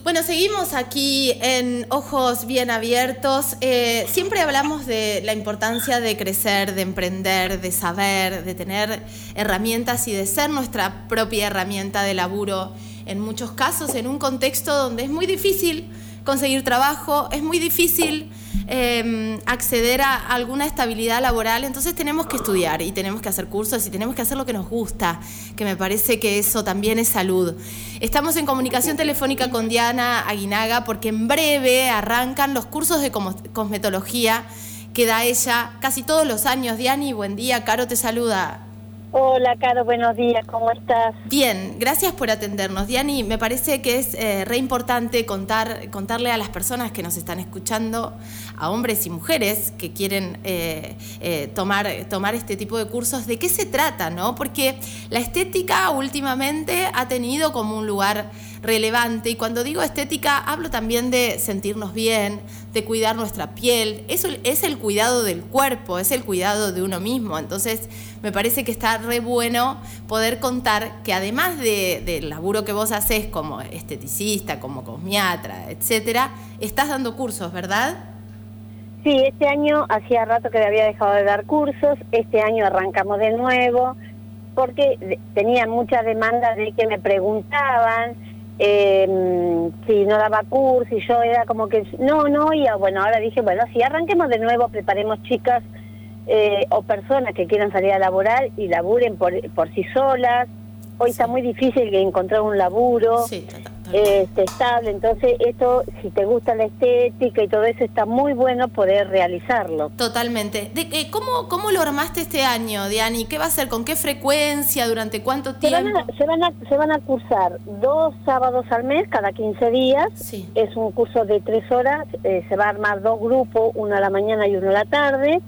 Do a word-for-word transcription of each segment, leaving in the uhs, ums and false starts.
Bueno, seguimos aquí en Ojos Bien Abiertos. Eh, siempre hablamos de la importancia de crecer, de emprender, de saber, de tener herramientas y de ser nuestra propia herramienta de laburo. En muchos casos, en un contexto donde es muy difícil conseguir trabajo, es muy difícil eh, acceder a alguna estabilidad laboral, entonces tenemos que estudiar y tenemos que hacer cursos y tenemos que hacer lo que nos gusta, que me parece que eso también es salud. Estamos en comunicación telefónica con Diana Aguinaga porque en breve arrancan los cursos de cosmetología que da ella casi todos los años. Diani, buen día, Caro te saluda. Hola, Caro, buenos días, ¿cómo estás? Bien, gracias por atendernos. Diani, me parece que es eh, re importante contar, contarle a las personas que nos están escuchando, a hombres y mujeres que quieren eh, eh, tomar, tomar este tipo de cursos, de qué se trata, ¿no? Porque la estética últimamente ha tenido como un lugar relevante, y cuando digo estética hablo también de sentirnos bien, de cuidar nuestra piel. Eso es el cuidado del cuerpo, es el cuidado de uno mismo. Entonces me parece que está re bueno poder contar que además de, del laburo que vos hacés como esteticista, como cosmiatra, etcétera, estás dando cursos, ¿verdad? Sí, este año hacía rato que había dejado de dar cursos, este año arrancamos de nuevo, porque tenía mucha demanda de que me preguntaban eh, si no daba curso, y yo era como que, no, no, y bueno, ahora dije, bueno, si arranquemos de nuevo, preparemos chicas eh, o personas que quieran salir a laborar y laburen por, por sí solas. Hoy sí. Está muy difícil encontrar un laburo sí, este, estable, entonces esto, si te gusta la estética y todo eso, está muy bueno poder realizarlo. Totalmente. De, eh, ¿cómo, ¿Cómo lo armaste este año, Diani? ¿Qué va a ser? ¿Con qué frecuencia? ¿Durante cuánto tiempo? Se van a, se van a, se van a cursar dos sábados al mes, cada quince días. Sí. Es un curso de tres horas, eh, se va a armar dos grupos, uno a la mañana y uno a la tarde,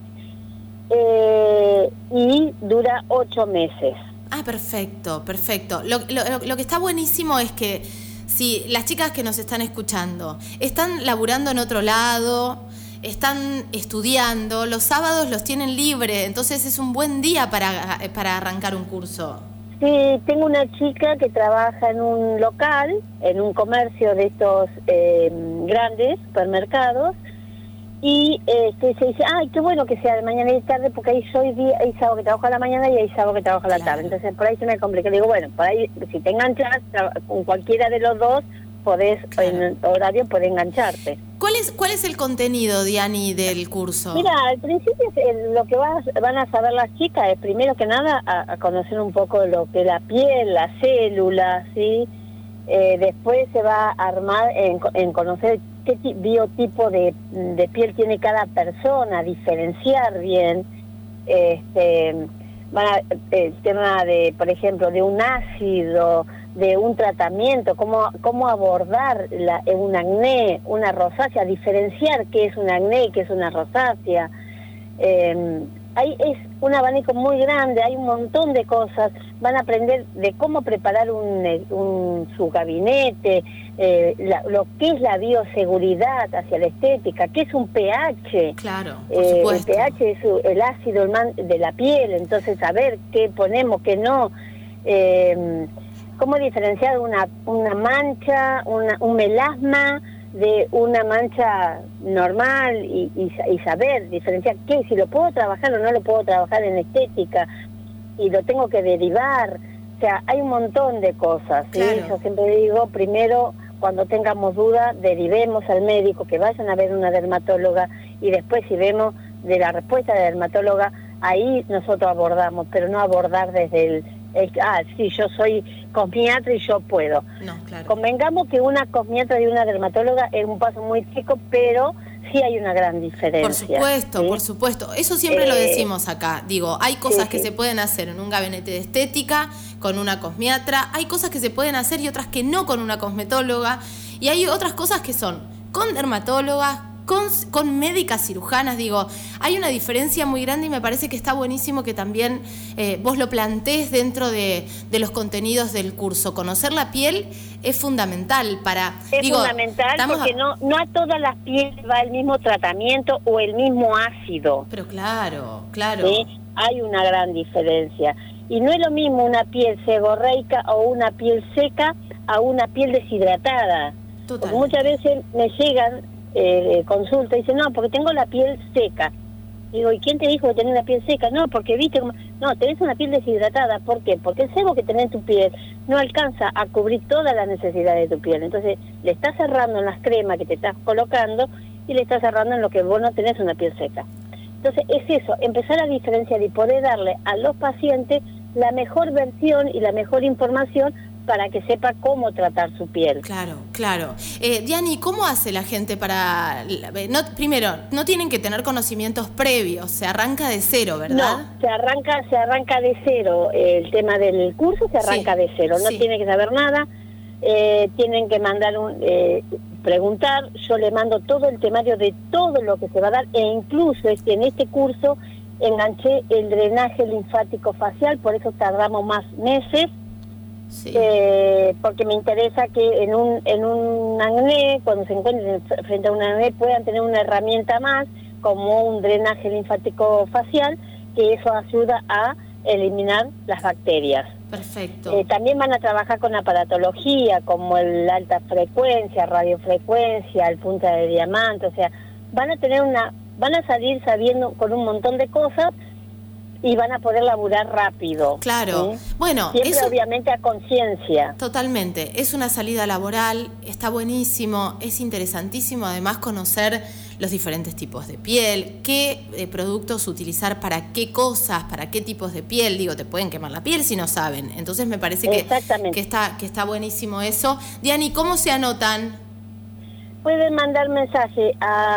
eh, y dura ocho meses. Ah, perfecto, perfecto. Lo, lo, lo que está buenísimo es que si las chicas que nos están escuchando están laburando en otro lado, están estudiando, los sábados los tienen libre, entonces es un buen día para, para arrancar un curso. Sí, tengo una chica que trabaja en un local, en un comercio de estos eh, grandes supermercados, y este, se dice, ay, qué bueno que sea de mañana y de tarde, porque ahí soy día, ahí sábado que trabajo a la mañana y ahí sábado que trabajo a la Claro. tarde. Entonces por ahí se me complica. Digo, bueno, por ahí si te enganchas con cualquiera de los dos, podés, claro. En horario podés engancharte. ¿Cuál es, cuál es el contenido, Diani, del curso? Mira, al principio es, lo que vas, van a saber las chicas es primero que nada a, a conocer un poco lo que es la piel, las células, ¿sí? Eh, después se va a armar en, en conocer qué t- biotipo de, de piel tiene cada persona, diferenciar bien. Este, van a, el tema de, por ejemplo, de un ácido, de un tratamiento, cómo, cómo abordar la, un acné, una rosácea, diferenciar qué es un acné y qué es una rosácea. Eh, ahí es un abanico muy grande, hay un montón de cosas. Van a aprender de cómo preparar un, un su gabinete, eh, la, lo que es la bioseguridad hacia la estética, qué es un pH. Claro, por eh, supuesto. El pH es el ácido de la piel, entonces saber qué ponemos, qué no. Eh, cómo diferenciar una, una mancha, una, un melasma de una mancha normal y, y, y saber diferenciar qué, si lo puedo trabajar o no lo puedo trabajar en estética y lo tengo que derivar. O sea, hay un montón de cosas, ¿sí? Claro. Yo siempre digo, primero, cuando tengamos duda, derivemos al médico, que vayan a ver una dermatóloga, y después si vemos de la respuesta de la dermatóloga, ahí nosotros abordamos, pero no abordar desde el, el ah, sí, yo soy cosmiatra y yo puedo. No, claro. Convengamos que una cosmiatra y una dermatóloga es un paso muy chico, pero sí hay una gran diferencia. Por supuesto, ¿sí? por supuesto. Eso siempre eh, lo decimos acá. Digo, hay cosas sí, que sí. se pueden hacer en un gabinete de estética, con una cosmiatra, hay cosas que se pueden hacer y otras que no con una cosmetóloga, y hay otras cosas que son con dermatólogas, Con, con médicas cirujanas. Digo, hay una diferencia muy grande y me parece que está buenísimo que también eh, vos lo plantees dentro de, de los contenidos del curso. Conocer la piel es fundamental para... Es digo, fundamental porque a... no, no a todas las pieles va el mismo tratamiento o el mismo ácido. Pero claro, claro. ¿Sí? Hay una gran diferencia. Y no es lo mismo una piel seborreica o una piel seca a una piel deshidratada. Porque muchas veces me llegan eh, consultas y dicen, no, porque tengo la piel seca. Digo, ¿y quién te dijo que tenés la piel seca? No, porque viste como... No, tenés una piel deshidratada. ¿Por qué? Porque el sebo que tenés en tu piel no alcanza a cubrir todas las necesidades de tu piel. Entonces, le estás cerrando en las cremas que te estás colocando y le estás cerrando en lo que vos no tenés una piel seca. Entonces, es eso, empezar a diferenciar y poder darle a los pacientes la mejor versión y la mejor información para que sepa cómo tratar su piel. Claro, claro. Eh, Diani, ¿cómo hace la gente para...? No, primero, no tienen que tener conocimientos previos, se arranca de cero, ¿verdad? No, se arranca, se arranca de cero. El tema del curso se arranca sí, de cero, no sí. tiene que saber nada, eh, tienen que mandar un... Eh, preguntar, yo le mando todo el temario de todo lo que se va a dar, e incluso este, en este curso enganché el drenaje linfático facial, por eso tardamos más meses, sí. eh, porque me interesa que en un en un acné, cuando se encuentren frente a un acné, puedan tener una herramienta más, como un drenaje linfático facial, que eso ayuda a eliminar las bacterias. Perfecto. Eh, también van a trabajar con aparatología, como el alta frecuencia, radiofrecuencia, el punta de diamante, o sea, van a tener una, van a salir sabiendo con un montón de cosas y van a poder laburar rápido. Claro. ¿sí? Bueno, siempre eso, obviamente a conciencia. Totalmente. Es una salida laboral, está buenísimo, es interesantísimo además conocer los diferentes tipos de piel, qué eh, productos utilizar para qué cosas, para qué tipos de piel. Digo, te pueden quemar la piel si no saben. Entonces me parece que, que, está, que está buenísimo eso. Diani, ¿cómo se anotan? Pueden mandar mensaje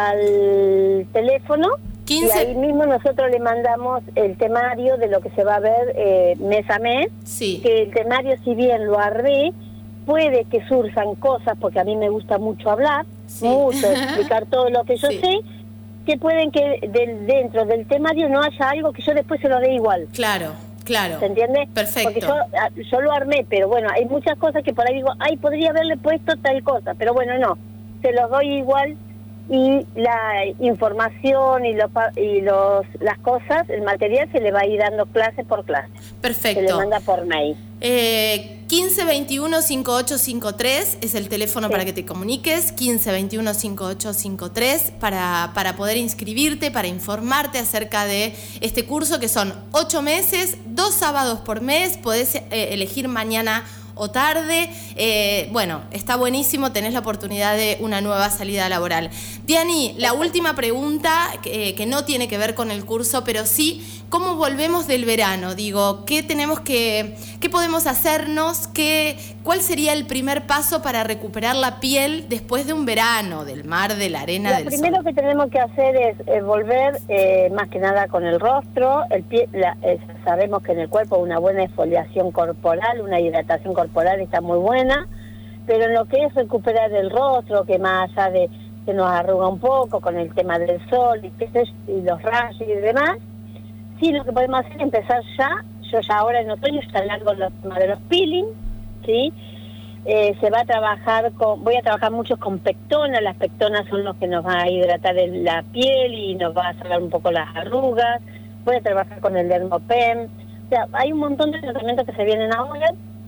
al teléfono quince y ahí mismo nosotros le mandamos el temario de lo que se va a ver eh, mes a mes. Sí. Que el temario, si bien lo armé, puede que surjan cosas, porque a mí me gusta mucho hablar, sí. mucho explicar todo lo que yo sí. sé, que pueden que del, dentro del temario no haya algo que yo después se lo dé igual. Claro, claro. ¿Se entiende? Perfecto. Porque yo, yo lo armé, pero bueno, hay muchas cosas que por ahí digo, ay, podría haberle puesto tal cosa, pero bueno, no, se los doy igual y la información y, los, y los las cosas, el material se le va a ir dando clase por clase. Perfecto. Se le manda por mail. Eh, quince veintiuno cincuenta y ocho cincuenta y tres es el teléfono sí. para que te comuniques, quince veintiuno cincuenta y ocho cincuenta y tres para, para poder inscribirte, para informarte acerca de este curso que son ocho meses, dos sábados por mes, podés eh, elegir mañana o tarde, eh, bueno, está buenísimo, tenés la oportunidad de una nueva salida laboral. Diani, la última pregunta, eh, que no tiene que ver con el curso, pero sí, ¿cómo volvemos del verano? Digo, ¿qué tenemos que, qué podemos hacernos? ¿Qué, ¿Cuál sería el primer paso para recuperar la piel después de un verano, del mar, de la arena, Lo del sol? Lo primero que tenemos que hacer es eh, volver, eh, más que nada con el rostro, el pie, la, eh, sabemos que en el cuerpo una buena exfoliación corporal, una hidratación corporal está muy buena, pero en lo que es recuperar el rostro, que más allá de que nos arruga un poco con el tema del sol y, qué sé, y los rayos y demás, sí, lo que podemos hacer es empezar ya. Yo ya ahora en otoño está largo el tema de los peeling, ¿sí? Eh, se va a trabajar con, voy a trabajar mucho con pectonas. Las pectonas son los que nos van a hidratar la piel y nos va a sacar un poco las arrugas. Voy a trabajar con el Dermopen. O sea, hay un montón de tratamientos que se vienen ahora.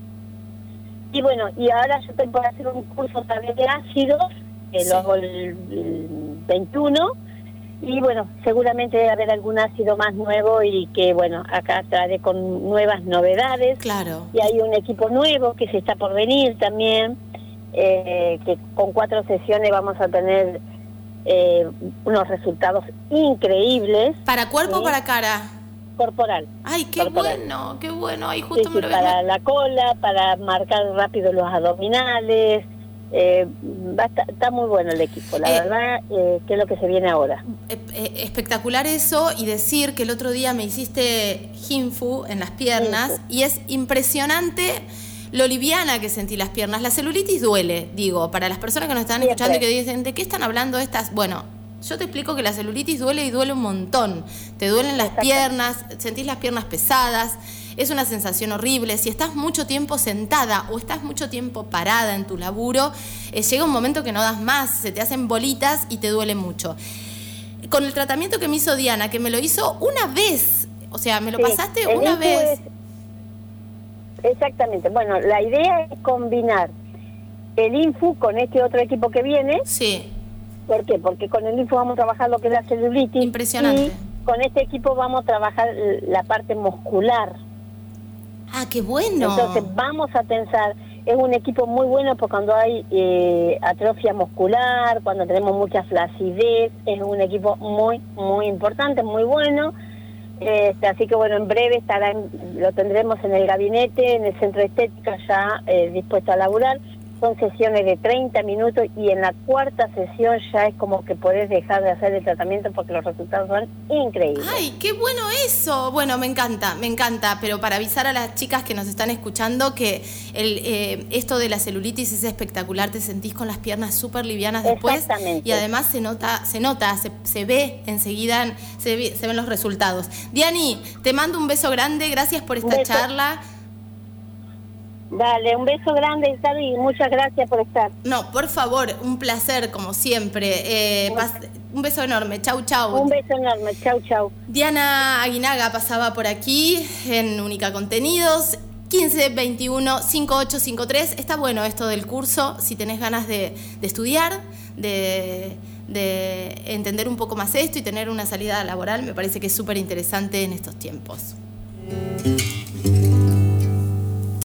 Y bueno, y ahora yo tengo que hacer un curso también de ácidos, que sí. lo hago el, el veintiuno. Y bueno, seguramente debe haber algún ácido más nuevo y que bueno, acá traeré con nuevas novedades. Claro. Y hay un equipo nuevo que se está por venir también, eh, que con cuatro sesiones vamos a tener eh, unos resultados increíbles. ¿Para cuerpo ¿sí? o para cara? Corporal. Ay, qué corporal. bueno, qué bueno. Ay, justo sí, me sí, lo para ven. la cola, para marcar rápido los abdominales. Eh, va a estar, está muy bueno el equipo, la eh, verdad, eh, que es lo que se viene ahora. Eh, eh, espectacular eso, y decir que el otro día me hiciste Hinfu en las piernas, Hinfu. Y es impresionante lo liviana que sentí las piernas. La celulitis duele, digo, para las personas que nos están Siempre. escuchando y que dicen, ¿de qué están hablando estas? Bueno, yo te explico que la celulitis duele y duele un montón. Te duelen las piernas, sentís las piernas pesadas. Es una sensación horrible. Si estás mucho tiempo sentada o estás mucho tiempo parada en tu laburo, eh, llega un momento que no das más, se te hacen bolitas y te duele mucho. Con el tratamiento que me hizo Diana, que me lo hizo una vez, o sea, me lo sí, pasaste una vez. Es, exactamente. Bueno, la idea es combinar el Infu con este otro equipo que viene. Sí. ¿Por qué? Porque con el Infu vamos a trabajar lo que es la celulitis. Impresionante. Y con este equipo vamos a trabajar la parte muscular. Ah, qué bueno. Entonces vamos a pensar, es un equipo muy bueno porque cuando hay eh, atrofia muscular, cuando tenemos mucha flacidez, es un equipo muy, muy importante, muy bueno. Este, así que bueno, en breve estará en, lo tendremos en el gabinete, en el centro de estética ya eh, dispuesto a laburar. Son sesiones de treinta minutos y en la cuarta sesión ya es como que podés dejar de hacer el tratamiento porque los resultados son increíbles. ¡Ay, qué bueno eso! Bueno, me encanta, me encanta, pero para avisar a las chicas que nos están escuchando que el, eh, esto de la celulitis es espectacular, te sentís con las piernas súper livianas después. Exactamente. Y además se nota, se nota, se, se ve enseguida, se, ve, se ven los resultados. Diani, te mando un beso grande, gracias por esta Beso. charla. Dale, un beso grande, Sari, y muchas gracias por estar. No, por favor, un placer, como siempre. Eh, pas- un beso enorme. Chau, chau. Un beso enorme, chau, chau. Diana Aguinaga pasaba por aquí en Única Contenidos. quince veintiuno cincuenta y ocho cincuenta y tres. Está bueno esto del curso, si tenés ganas de, de estudiar, de, de entender un poco más esto y tener una salida laboral, me parece que es súper interesante en estos tiempos.